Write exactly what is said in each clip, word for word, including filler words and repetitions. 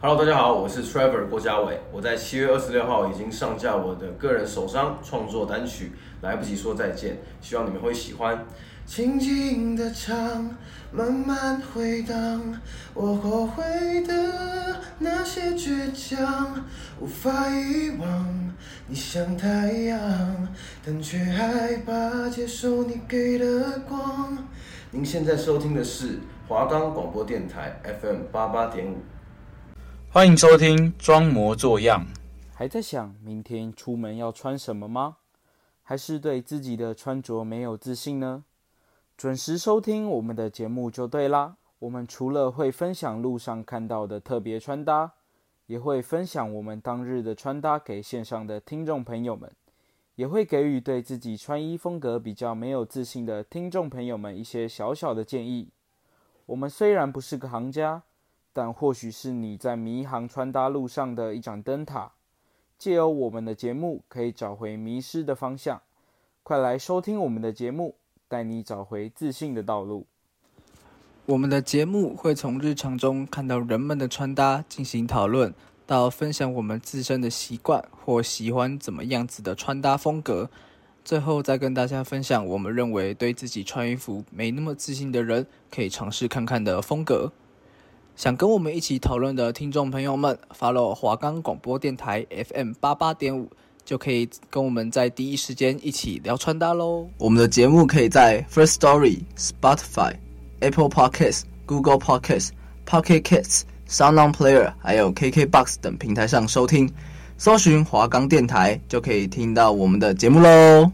Hello， 大家好，我是 Trevor 郭家伟。我在七月二十六号已经上架我的个人首张创作单曲《来不及说再见》，希望你们会喜欢。轻轻的唱，慢慢回荡，我后悔的那些倔强，无法遗忘。你像太阳，但却害怕接受你给的光。您现在收听的是华冈广播电台 F M 八八点五。 欢迎收听装模作样。 还在想明天出门要穿什么吗？还是对自己的穿着没有自信呢？准时收听我们的节目就对啦。我们除了会分享路上看到的特别穿搭，也会分享我们当日的穿搭给线上的听众朋友们，也会给予对自己穿衣风格比较没有自信的听众朋友们一些小小的建议。我们虽然不是个行家，但或许是你在迷航穿搭路上的一盏灯塔，借由我们的节目可以找回迷失的方向。快来收听我们的节目，带你找回自信的道路。 我们的节目会从日常中看到人们的穿搭进行讨论，到分享我们自身的习惯或喜欢怎么样子的穿搭风格，最后再跟大家分享我们认为对自己穿衣服没那么自信的人可以尝试看看的风格。想跟我们一起讨论的听众朋友们 ，follow 华冈广播电台 F M 八八点五，就可以跟我们在第一时间一起聊穿搭咯。 我们的节目可以在 First Story、Spotify、Apple Podcasts、Google Podcasts、Pocket Casts、SoundOn Player 还有 K K B O X 等平台上收听，搜寻华冈电台就可以听到我们的节目咯。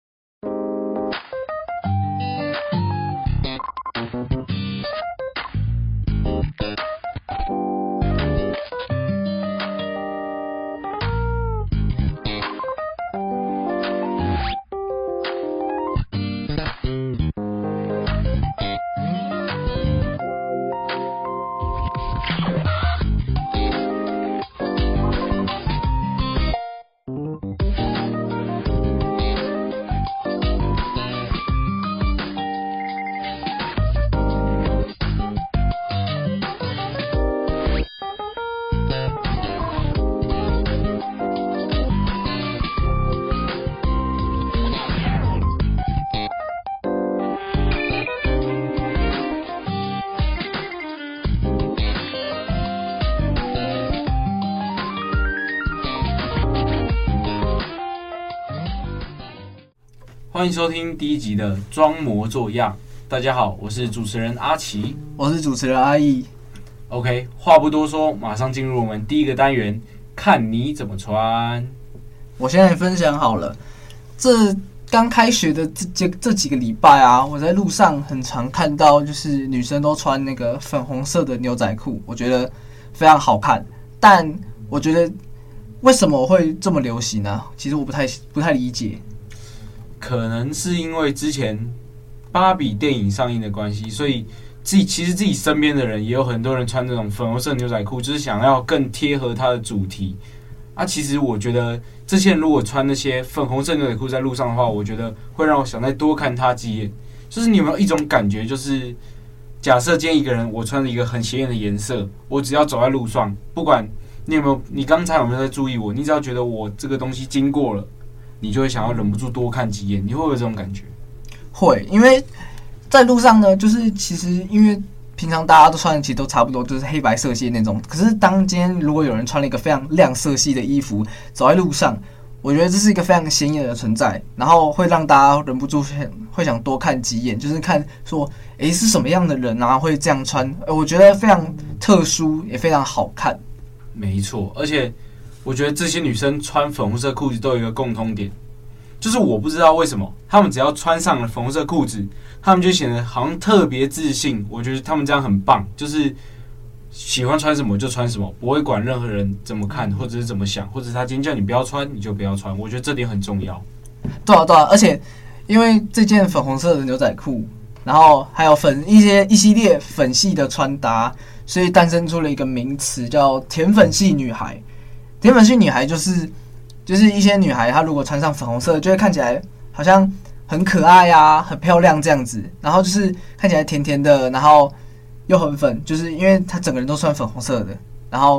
欢迎收听第一集的装模作样。大家好，我是主持人阿奇， 我是主持人阿义。 OK， 话不多说，马上进入我们第一个单元，看你怎么穿。 我现在分享好了，这刚开学的 这, 这几个礼拜啊，我在路上很常看到，就是女生都穿那个粉红色的牛仔裤，我觉得非常好看。但我觉得为什么会这么流行呢？其实我不太不太理解。 可能是因为之前芭比电影上映的关系，所以自己其实自己身边的人也有很多人穿这种粉红色牛仔裤，就是想要更贴合它的主题。啊，其实我觉得这些人如果穿那些粉红色牛仔裤在路上的话，我觉得会让我想再多看他几眼。就是你有没有一种感觉，就是假设今天一个人我穿了一个很显眼的颜色，我只要走在路上，不管你有没有，你刚才有没有在注意我，你只要觉得我这个东西经过了，你就会想要忍不住多看几眼。你会不会有这种感觉？ 会，因为在路上呢，就是其实因为平常大家都穿的其实都差不多，就是黑白色系那种。可是当今天如果有人穿了一个非常亮色系的衣服走在路上，我觉得这是一个非常显眼的存在，然后会让大家忍不住会想多看几眼，就是看说，诶，是什么样的人啊会这样穿？我觉得非常特殊，也非常好看。 没错，而且我觉得这些女生穿粉红色裤子都有一个共通点，就是我不知道为什么，她们只要穿上了粉红色裤子，她们就显得好像特别自信。我觉得她们这样很棒，就是喜欢穿什么就穿什么，不会管任何人怎么看或者是怎么想，或者是他今天叫你不要穿你就不要穿。我觉得这点很重要。 对啊，对啊，而且因为这件粉红色的牛仔裤，然后还有粉一些一系列粉系的穿搭，所以诞生出了一个名词叫甜粉系女孩。甜粉系女孩就是就是一些女孩，她如果穿上粉红色，就会看起来好像很可爱啊，很漂亮这样子，然后就是看起来甜甜的，然后又很粉，就是因为她整个人都穿粉红色的，然后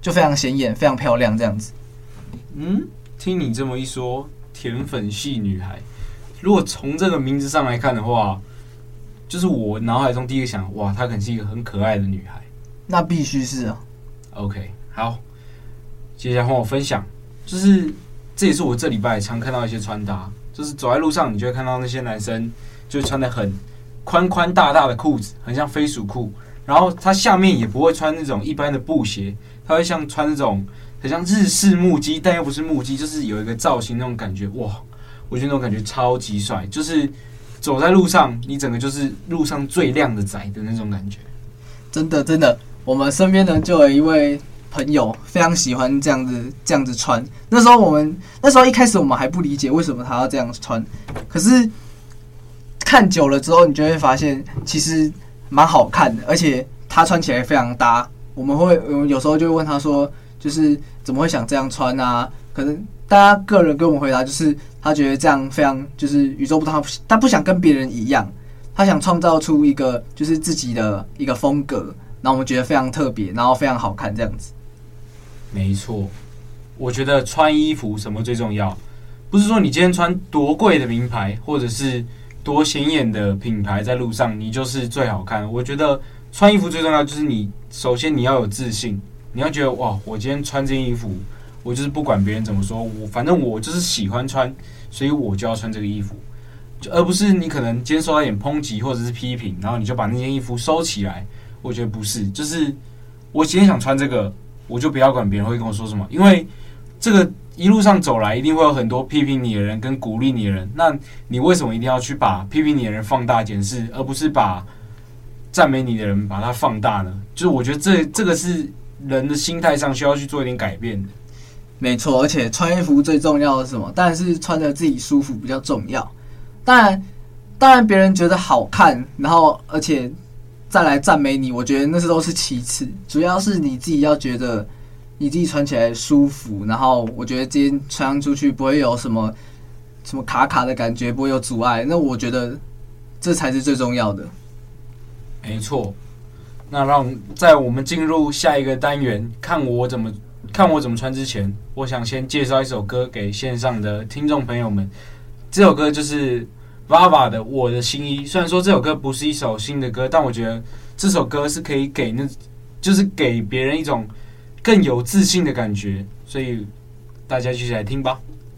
就非常显眼，非常漂亮这样子。 嗯，听你这么一说，甜粉系女孩，如果从这个名字上来看的话，就是我脑海中第一个想，哇，她可能是一个很可爱的女孩。 那必须是啊。 OK， 好，接下来换我分享，就是这也是我这礼拜常看到一些穿搭，就是走在路上，你就会看到那些男生就是穿得很宽宽大大的裤子，很像飞鼠裤，然后他下面也不会穿那种一般的布鞋，他会像穿那种很像日式木屐，但又不是木屐，就是有一个造型那种感觉，哇，我觉得那种感觉超级帅，就是走在路上，你整个就是路上最靓的仔的那种感觉。 真的真的，我们身边呢就有一位朋友非常喜欢这样子这样子穿。那时候我们那时候一开始我们还不理解为什么他要这样穿，可是看久了之后，你就会发现其实蛮好看的，而且他穿起来非常搭。我们会有时候就会问他说，就是怎么会想这样穿啊？可能大家个人跟我们回答就是他觉得这样非常就是与众不同，他不想跟别人一样，他想创造出一个就是自己的一个风格，然后我们觉得非常特别，然后非常好看这样子。 没错，我觉得穿衣服什么最重要，不是说你今天穿多贵的名牌，或者是多显眼的品牌在路上，你就是最好看。我觉得穿衣服最重要就是你首先你要有自信，你要觉得哇，我今天穿这件衣服，我就是不管别人怎么说，我反正我就是喜欢穿，所以我就要穿这个衣服，而不是你可能今天受到一点抨击或者是批评，然后你就把那件衣服收起来。我觉得不是，就是我今天想穿这个，我就不要管别人会跟我说什么，因为这个一路上走来，一定会有很多批评你的人跟鼓励你的人。那你为什么一定要去把批评你的人放大检视，而不是把赞美你的人把它放大呢？就是我觉得这这个是人的心态上需要去做一点改变的。 没错，而且穿衣服最重要的是什么？当然是穿着自己舒服比较重要。当然，当然别人觉得好看，然后而且再来赞美你，我觉得那是都是其次，主要是你自己要觉得你自己穿起来舒服，然后我觉得今天穿出去不会有什么什么卡卡的感觉，不会有阻碍，那我觉得这才是最重要的。 没错，那让在我们进入下一个单元，看我怎么看我怎么穿之前，我想先介绍一首歌给线上的听众朋友们。这首歌就是Vava 的《我的新衣》。虽然说这首歌不是一首新的歌，但我觉得这首歌是可以给那，就是给别人一种更有自信的感觉，所以大家继续来听吧。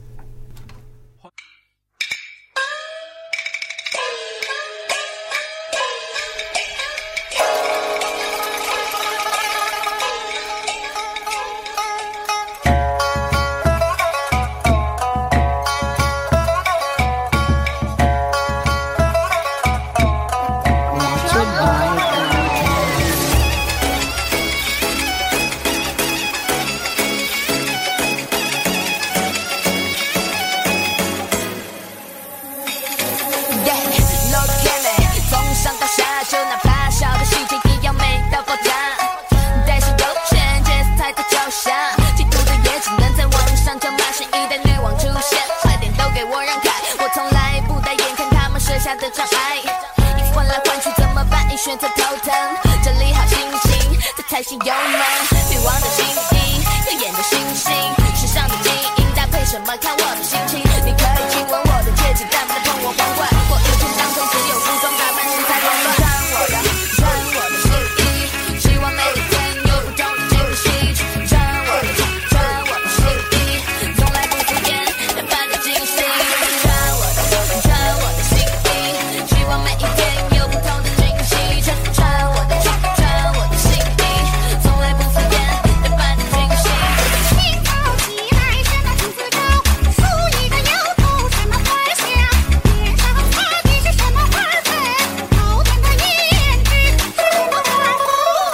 选择头疼，整理好心情，再踩熄油门。女王的心意，耀眼的星星，时尚的基因搭配什么？看我的心情。你可以亲吻我的戒指，但不能碰我皇冠。我一天当中只有梳妆打扮，身材混乱。穿我的，穿我的新衣，希望每一天有不同的惊喜。穿我的，穿我的新衣，从来不敷衍，打扮的精细。穿我的，穿我的新衣，希望每一天有不同的惊喜。穿我的，穿我的新衣，从来不敷衍，打扮的精细。 心高气哀，什么君子高？梳一个油头，什么花香？脸上擦的是什么花粉？头顶的胭脂是什么花红？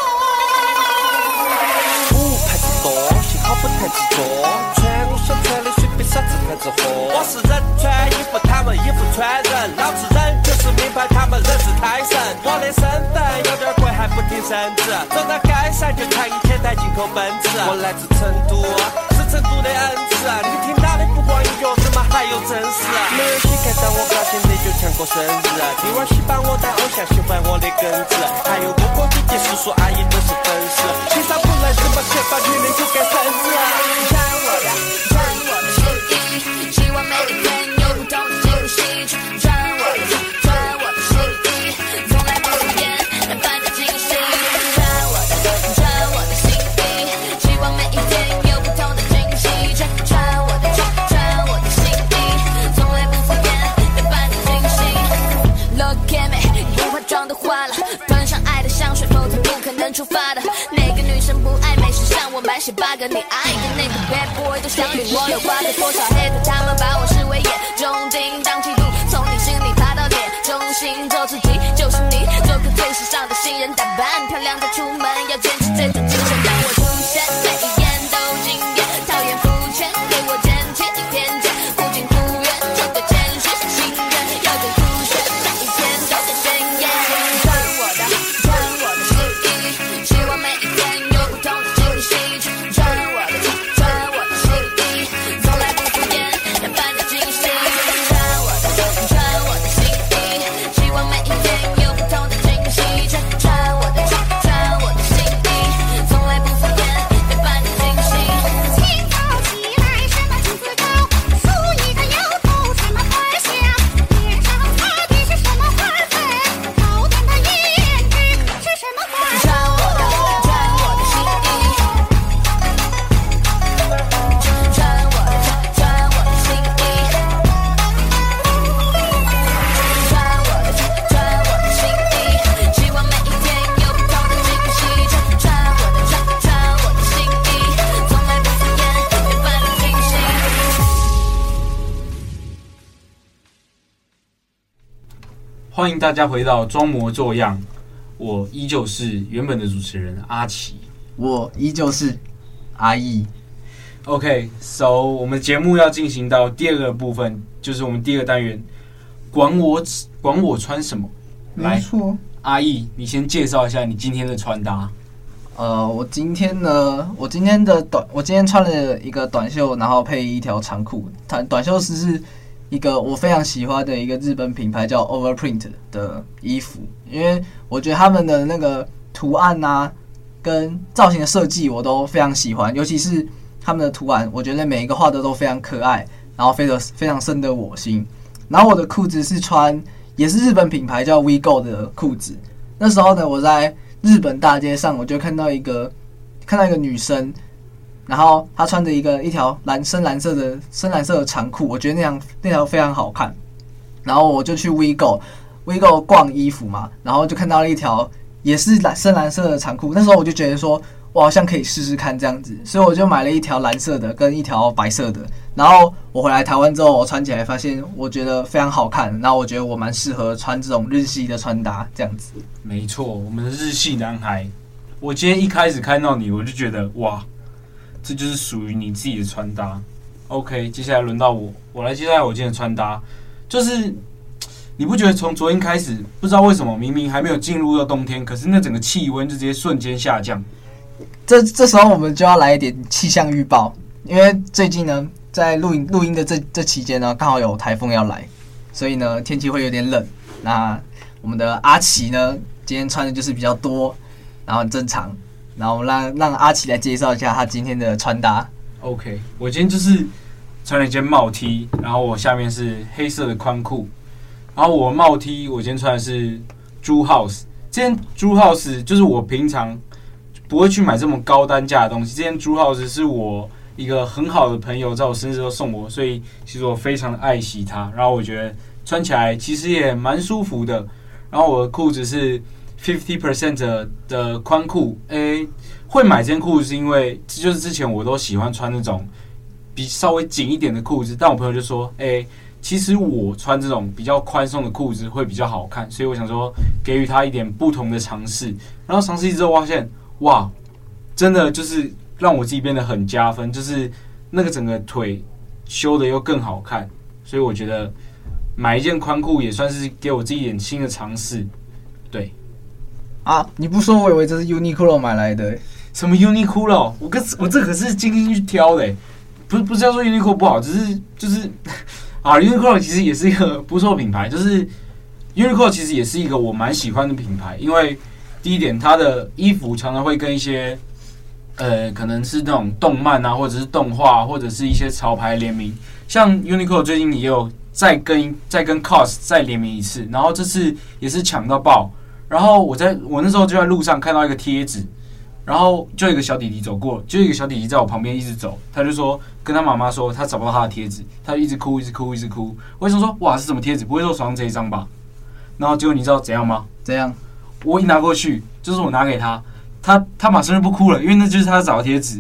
不太执着，幸好不太执着，穿我想穿的随便啥子牌子火。我是人穿衣服，他们衣服穿人，老子人就是名牌，他们人是泰神。我的身份有点贵，还不挺身子，走到街上就看一天台进口奔驰。我来自成都，是成都的恩赐，你听到的不光音乐，怎么还有真实？没人去看到我表现的就抢过生日，今晚喜把我当偶像，喜欢我的根子，还有哥哥姐姐叔叔阿姨都是粉丝，欣赏不来什么缺乏女人就是那些 bug 你爱的那个 bad boy 都相信我有挂着多少 hate， 他们把我视为眼中钉，当气度从你心里爬到脸中心，做自己就是你，做个最时尚的新人，打扮漂亮的出门，要坚持这种精神。当我出现，每一眼都惊艳，讨厌肤浅，给我坚持一偏见，不仅不愿，就得谦虚，心愿要更酷炫，每一天都在宣言，穿我的，穿我的新衣，希望每一天有不同的惊喜，穿我的，穿我的新衣，从来不敷衍，要扮的惊喜，穿我的，穿我的新衣，希望每一天有不同的惊喜，穿穿我的，穿我的新衣，从来不敷衍，要扮的惊喜。 清早起来什么金丝糕，梳一个油头什么花香，脸上擦的是什么花粉，头顶的胭脂是什么花穿我的，穿我的新衣，穿我的，穿我的新衣，穿我的，穿我的新衣，希望每一天有不同的惊喜，穿我的，穿我的新衣，从来不敷衍，要扮的惊喜。 欢迎大家回到装模作样，我依旧是原本的主持人阿奇。 我依旧是阿义。 OK，so、我们节目要进行到第二个部分，就是我们第二个单元，管我管我穿什么。来， 错。 阿义，你先介绍一下你今天的穿搭。 呃，我今天呢，我今天的短，我今天穿了一个短袖，然后配一条长裤。短短袖是是一个我非常喜欢的一个日本品牌叫 Overprint 的衣服，因为我觉得他们的那个图案啊，跟造型的设计我都非常喜欢，尤其是他们的图案，我觉得每一个画的都非常可爱，然后非常非常深得我心。然后我的裤子是穿也是日本品牌叫 WeGo 的裤子。那时候呢，我在日本大街上，我就看到一个看到一个女生，然后她穿着一个一条蓝深蓝色的深蓝色的长裤，我觉得那条那条非常好看。然后我就去 WeGo WeGo 逛衣服嘛，然后就看到了一条也是蓝深蓝色的长裤。那时候我就觉得说，我好像可以试试看这样子，所以我就买了一条蓝色的跟一条白色的。然后我回来台湾之后，我穿起来发现我觉得非常好看，然后我觉得我蛮适合穿这种日系的穿搭这样子。 没错，我们的日系男孩。我今天一开始看到你，我就觉得哇，这就是属于你自己的穿搭。OK， 接下来轮到我，我来介绍我今天的穿搭。就是你不觉得从昨天开始，不知道为什么明明还没有进入到冬天，可是那整个气温就直接瞬间下降。 这这时候我们就要来一点气象预报，因为最近呢，在录音录音的这这期间呢，刚好有台风要来，所以呢天气会有点冷。那我们的阿奇呢，今天穿的就是比较多，然后很正常。然后让让阿奇来介绍一下他今天的穿搭。 OK， 我今天就是穿了一件帽 T， 然后我下面是黑色的宽裤，然后我帽 T 我今天穿的是 Drew House， 这件 Drew House 就是我平常不会去买这么高单价的东西，这件 Drew House 是我一个很好的朋友在我生日时候送我，所以其实我非常的爱惜它，然后我觉得穿起来其实也蛮舒服的。然后我的裤子是 百分之五十 的宽裤，诶，会买这件裤子是因为就是之前我都喜欢穿那种比稍微紧一点的裤子，但我朋友就说，诶，其实我穿这种比较宽松的裤子会比较好看，所以我想说给予他一点不同的尝试。然后尝试之后发现，哇，真的就是让我自己变得很加分，就是那个整个腿修的又更好看，所以我觉得买一件宽裤也算是给我自己一点新的尝试。对啊，你不说我以为这是 Uniqlo 买来的。 什么 Uniqlo？ 我可我这可是精心去挑的，不是不是要说 Uniqlo 不好，只是就是啊 Uniqlo 其实也是一个不错品牌，就是 Uniqlo 其实也是一个我蛮喜欢的品牌，因为第一点它的衣服常常会跟一些呃可能是那种动漫啊，或者是动画，或者是一些潮牌联名，像 Uniqlo 最近也有再跟再跟 C O S 再联名一次，然后这次也是抢到爆。然后我在我那时候就在路上看到一个贴纸，然后就有一个小弟弟走过，就有一个小弟弟在我旁边一直走，他就说跟他妈妈说他找不到他的贴纸，他就一直哭一直哭一直哭。我就说哇，是什么贴纸？不会说手上这一张吧？然后结果你知道怎样吗？ 怎样？ 我一拿过去，就是我拿给他，他他马上就不哭了，因为那就是他找的贴纸。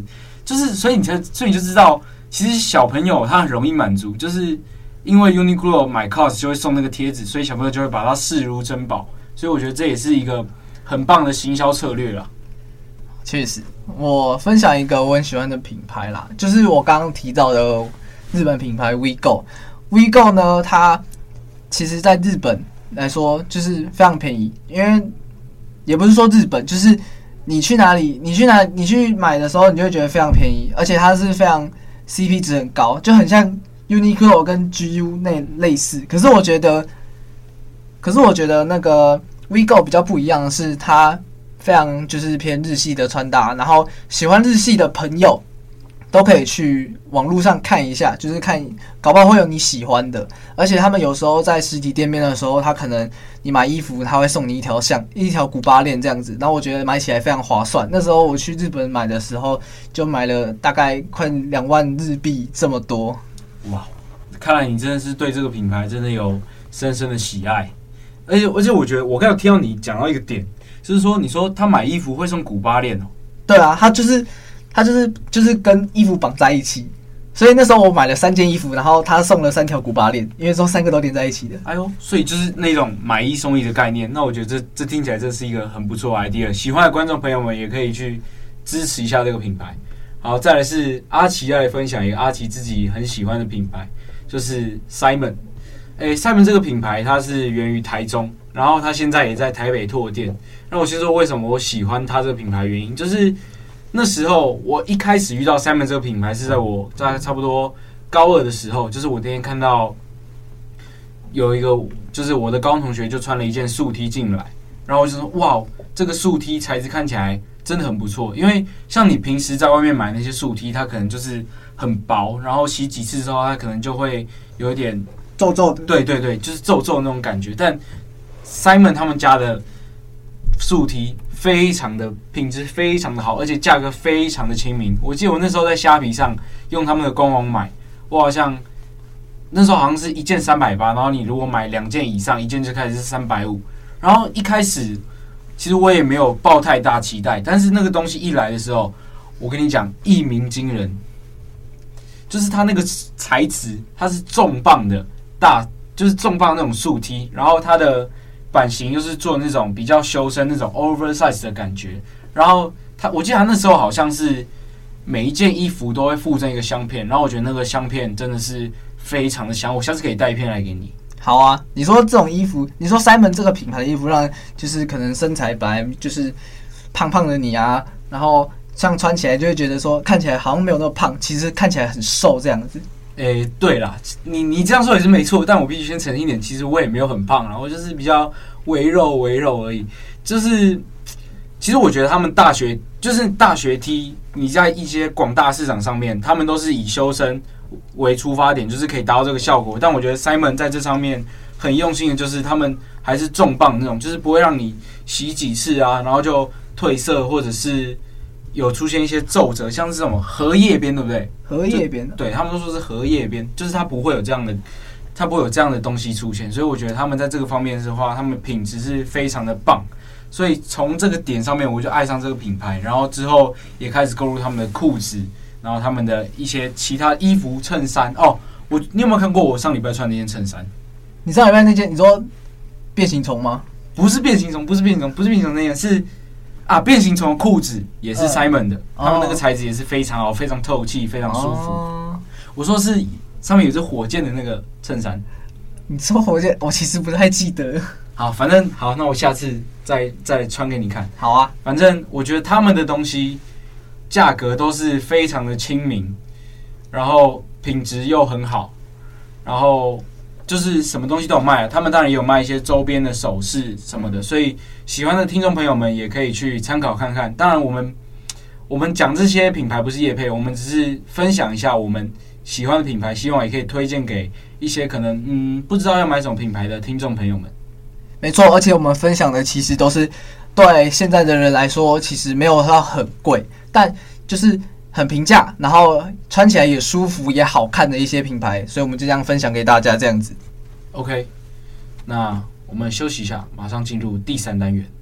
就是所以你才所以你就知道，其实小朋友他很容易满足，就是因为 Uniqlo 买 C O S 就会送那个贴纸，所以小朋友就会把它视如珍宝。所以我觉得这也是一个很棒的行销策略啦。 确实，我分享一个我很喜欢的品牌啦，就是我刚刚提到的日本品牌 WeGo。WeGo 呢，它其实在日本来说就是非常便宜，因为也不是说日本，就是你去哪里，你去哪，你去买的时候，你就会觉得非常便宜，而且它是非常 C P 值很高，就很像 Uniqlo 跟 G U 那类似。可是我觉得，可是我觉得那个 WeGo 比较不一样的是，它非常就是偏日系的穿搭，然后喜欢日系的朋友都可以去网络上看一下，就是看搞不好会有你喜欢的。而且他们有时候在实体店面的时候，他可能你买衣服，他会送你一条项一条古巴链这样子，然后我觉得买起来非常划算。那时候我去日本买的时候，就买了大概快两万日币这么多。 哇，看来你真的是对这个品牌真的有深深的喜爱。而且而且我觉得我刚才有听到你讲到一个点。就是说，你说他买衣服会送古巴链哦？ 对啊，他就是他就是就是跟衣服绑在一起，所以那时候我买了三件衣服，然后他送了三条古巴链，因为说三个都连在一起的。 哎呦，所以就是那种买一送一的概念。那我觉得这这听起来这是一个很不错的 idea， 喜欢的观众朋友们也可以去支持一下这个品牌。好，再来是阿奇要来分享一个阿奇自己很喜欢的品牌，就是 Simon。哎 ，Simon 这个品牌它是源于台中，然后它现在也在台北拓店。那我先说为什么我喜欢它这个品牌原因，就是那时候我一开始遇到 Simon 这个品牌是在我在差不多高二的时候，就是我那天看到有一个就是我的高中同学就穿了一件素 T 进来，然后我就说哇，这个素 T 材质看起来真的很不错，因为像你平时在外面买那些素 T， 它可能就是很薄，然后洗几次之后它可能就会有一点皱皱的， 对对对，就是皱皱那种感觉，但 Simon 他们家的素 T 非常的品质非常的好，而且价格非常的亲民。我记得我那时候在虾皮上用他们的官网买，我好像那时候好像是一件三百八，然后你如果买两件以上，一件就开始是三百五。然后一开始其实我也没有抱太大期待，但是那个东西一来的时候，我跟你讲一鸣惊人，就是它那个材质它是重磅的大，就是重磅那种素 T， 然后它的版型又是做那种比较修身那种 oversize 的感觉，然后他我记得他那时候好像是每一件衣服都会附赠一个香片，然后我觉得那个香片真的是非常的香，我下次可以带一片来给你。 好啊，你说这种衣服，你说 Simon 这个品牌的衣服让就是可能身材本来就是胖胖的你啊，然后像穿起来就会觉得说看起来好像没有那么胖，其实看起来很瘦这样子。 诶、欸，对啦，你你这样说也是没错，但我必须先承认一点，其实我也没有很胖啦，我就是比较微肉微肉而已。就是，其实我觉得他们大学就是大学 T， 你在一些广大市场上面，他们都是以修身为出发点，就是可以达到这个效果。但我觉得 Simon 在这上面很用心的，就是他们还是重磅那种，就是不会让你洗几次啊，然后就褪色或者是有出现一些皱褶，像是这种荷叶边，对不对？ 荷叶边的， 对他们都说是荷叶边，就是它不会有这样的，它不会有这样的东西出现，所以我觉得他们在这个方面的话，他们品质是非常的棒。所以从这个点上面，我就爱上这个品牌，然后之后也开始购入他们的裤子，然后他们的一些其他衣服、衬衫。哦，我你有没有看过我上礼拜穿那件衬衫？ 你上礼拜那件，你说变形虫吗？ 不是变形虫，不是变形虫，不是变形虫那件是。啊，变形虫的裤子也是 Simon 的，呃、他们那个材质也是非常好，非常透气，非常舒服。哦、我说是上面有只火箭的那个衬衫。 你说火箭，我其实不太记得。 好，反正好，那我下次再再穿给你看。 好啊， 反正我觉得他们的东西价格都是非常的亲民，然后品质又很好，然后就是什么东西都有卖啊。他们当然也有卖一些周边的首饰什么的，所以。喜欢的听众朋友们也可以去参考看看。当然，我们我们讲这些品牌不是业配，我们只是分享一下我们喜欢的品牌，希望也可以推荐给一些可能嗯不知道要买什么品牌的听众朋友们。 没错，而且我们分享的其实都是对现在的人来说，其实没有到很贵，但就是很平价，然后穿起来也舒服也好看的一些品牌，所以我们就这样分享给大家这样子。 OK， 那。我们休息一下，马上进入第三单元。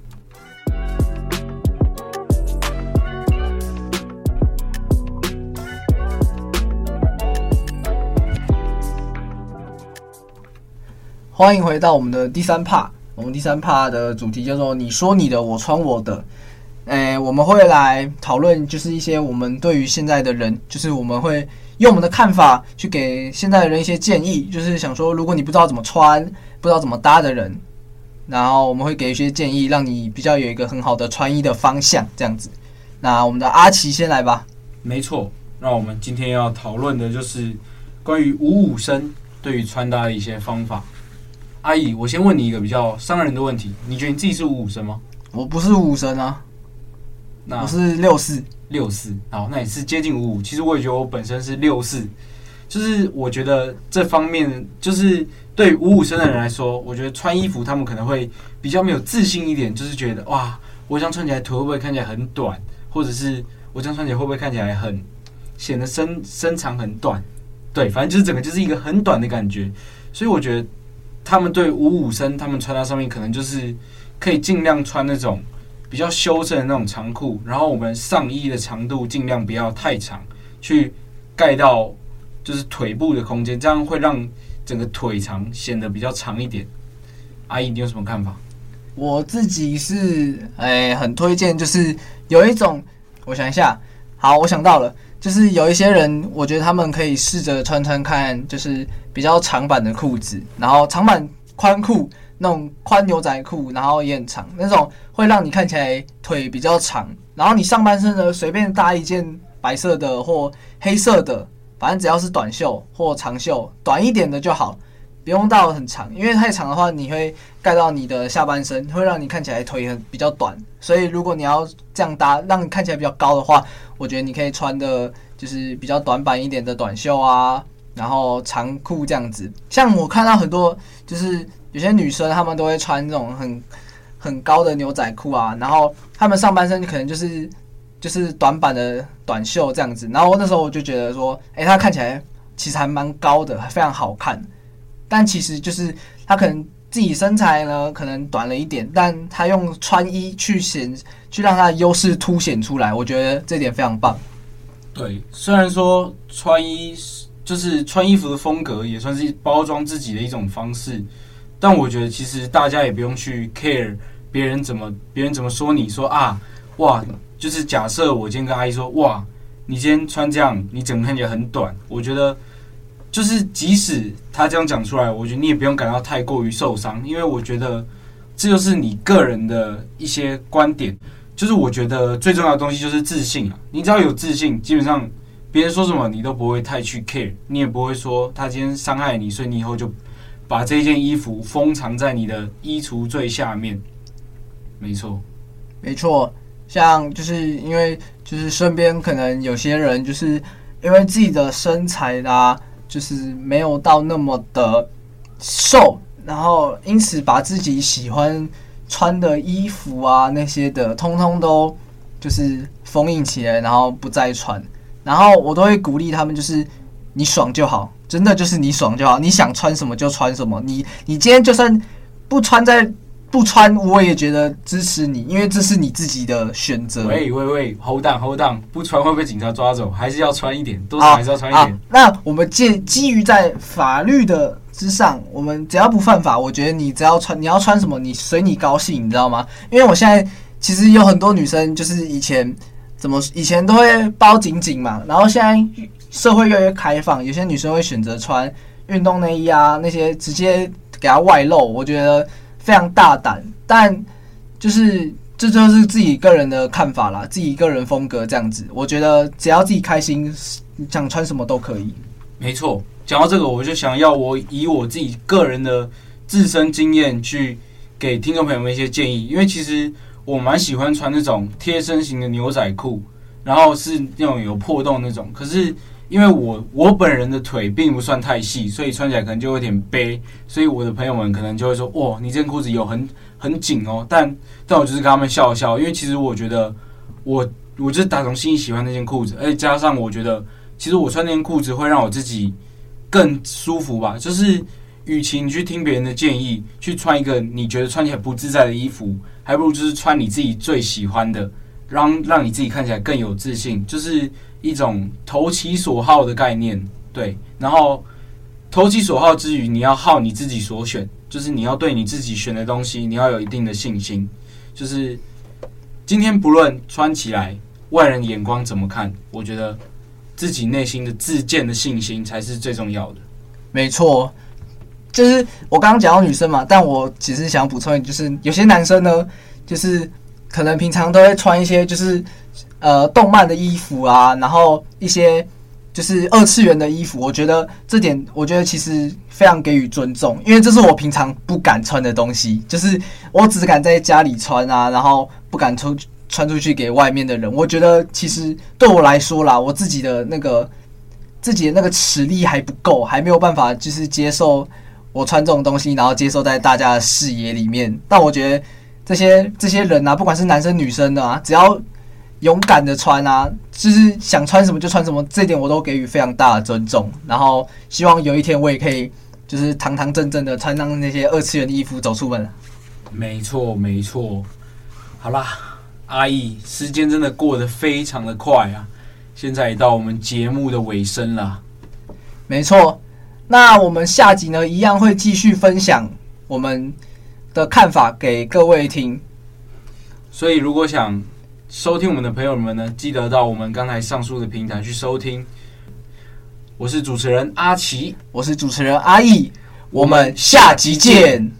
欢迎回到我们的第三 part。我们第三 part 的主题叫做“你说你的，我穿我的”。诶，我们会来讨论，就是一些我们对于现在的人，就是我们会用我们的看法去给现在的人一些建议，就是想说，如果你不知道怎么穿，不知道怎么搭的人，然后我们会给一些建议，让你比较有一个很好的穿衣的方向，这样子。那我们的阿奇先来吧。 没错，那我们今天要讨论的就是关于五五身对于穿搭的一些方法。阿姨，我先问你一个比较伤人的问题，你觉得你自己是五五身吗？ 我不是五五身啊， 那我是六四。 六四，好，那也是接近五五。其实我也觉得我本身是六四，就是我觉得这方面，就是对五五身的人来说，我觉得穿衣服他们可能会比较没有自信一点，就是觉得哇，我这样穿起来腿会不会看起来很短，或者是我这样穿起来会不会看起来很显得身身长很短？对，反正就是整个就是一个很短的感觉。所以我觉得他们对五五身，他们穿搭上面可能就是可以尽量穿那种比较修正的那种长裤，然后我们上衣的长度尽量不要太长，去盖到就是腿部的空间，这样会让整个腿长显得比较长一点。阿姨，你有什么看法？ 我自己是诶、欸、很推荐，就是有一种，我想一下，好，我想到了，就是有一些人，我觉得他们可以试着穿穿看，就是比较长版的裤子，然后长版宽裤，那种宽牛仔裤，然后也很长，那种会让你看起来腿比较长，然后你上半身呢随便搭一件白色的或黑色的，反正只要是短袖或长袖，短一点的就好。不用到很长，因为太长的话，你会盖到你的下半身，会让你看起来腿很比较短。所以如果你要这样搭，让你看起来比较高的话，我觉得你可以穿的就是比较短版一点的短袖啊，然后长裤这样子。像我看到很多，就是有些女生她们都会穿那种很很高的牛仔裤啊，然后她们上半身可能就是就是短版的短袖这样子。然后那时候我就觉得说，哎、欸，她看起来其实还蛮高的，非常好看。但其实就是他可能自己身材呢可能短了一点，但他用穿衣去显去让他的优势凸显出来，我觉得这点非常棒。 对，虽然说穿衣就是穿衣服的风格也算是包装自己的一种方式，但我觉得其实大家也不用去 care 别人怎么别人怎么说你说啊哇，就是假设我今天跟阿姨说哇，你今天穿这样，你整个看起来很短，我觉得。就是即使他这样讲出来，我觉得你也不用感到太过于受伤，因为我觉得这就是你个人的一些观点。就是我觉得最重要的东西就是自信啊，你只要有自信，基本上别人说什么你都不会太去 care， 你也不会说他今天伤害你，所以你以后就把这件衣服封藏在你的衣橱最下面。没错， 没错，像就是因为就是身边可能有些人就是因为自己的身材啦、啊。就是没有到那么的瘦，然后因此把自己喜欢穿的衣服啊那些的，通通都就是封印起来，然后不再穿。然后我都会鼓励他们，就是你爽就好，真的就是你爽就好，你想穿什么就穿什么。你你今天就算不穿在不穿，我也觉得支持你，因为这是你自己的选择。 喂喂喂 ，hold on hold on， 不穿会被警察抓走，还是要穿一点，多少还是要穿一点。啊啊、 那我们基基于在法律的之上，我们只要不犯法，我觉得你只要穿，你要穿什么，你随你高兴，你知道吗？因为我现在其实有很多女生，就是以前怎么以前都会包紧紧嘛，然后现在社会越来越开放，有些女生会选择穿运动内衣啊，那些直接给她外露，我觉得。非常大胆，但就是这就是自己个人的看法啦，自己个人风格这样子。我觉得只要自己开心，想穿什么都可以。 没错，讲到这个，我就想要我以我自己个人的自身经验去给听众朋友们一些建议，因为其实我蛮喜欢穿那种贴身型的牛仔裤，然后是那种有破洞那种，可是。因为我我本人的腿并不算太细，所以穿起来可能就有点背，所以我的朋友们可能就会说：“哇，你这件裤子有很很紧哦。”但但我就是跟他们笑笑，因为其实我觉得我我就是打从心里喜欢那件裤子，而且加上我觉得其实我穿那件裤子会让我自己更舒服吧。就是与其你去听别人的建议，去穿一个你觉得穿起来不自在的衣服，还不如就是穿你自己最喜欢的，让让你自己看起来更有自信，就是。一种投其所好的概念，对，然后投其所好之余，你要好你自己所选， 就是你要对你自己选的东西，你要有一定的信心。就是今天不论穿起来外人眼光怎么看，我觉得自己内心的自建的信心才是最重要的。 没错，就是我刚刚讲到女生嘛，但我其实想补充一点，就是有些男生呢，就是可能平常都会穿一些就是呃动漫的衣服啊，然后一些就是二次元的衣服，我觉得这点我觉得其实非常给予尊重，因为这是我平常不敢穿的东西，就是我只敢在家里穿啊，然后不敢出穿出去给外面的人。我觉得其实对我来说啦，我自己的那个自己的那个实力还不够，还没有办法就是接受我穿这种东西，然后接受在大家的视野里面。但我觉得这些这些人啊，不管是男生女生的啊，只要勇敢的穿啊，就是想穿什么就穿什么，这一点我都给予非常大的尊重。然后希望有一天我也可以就是堂堂正正的穿上那些二次元的衣服走出门。 没错，没错。好啦，阿义，时间真的过得非常的快啊，现在也到我们节目的尾声了。 没错，那我们下集呢，一样会继续分享我们的看法给各位听。 所以如果想收听我们的朋友们呢，记得到我们刚才上述的平台去收听。我是主持人阿奇， 我是主持人阿义，我们下集见。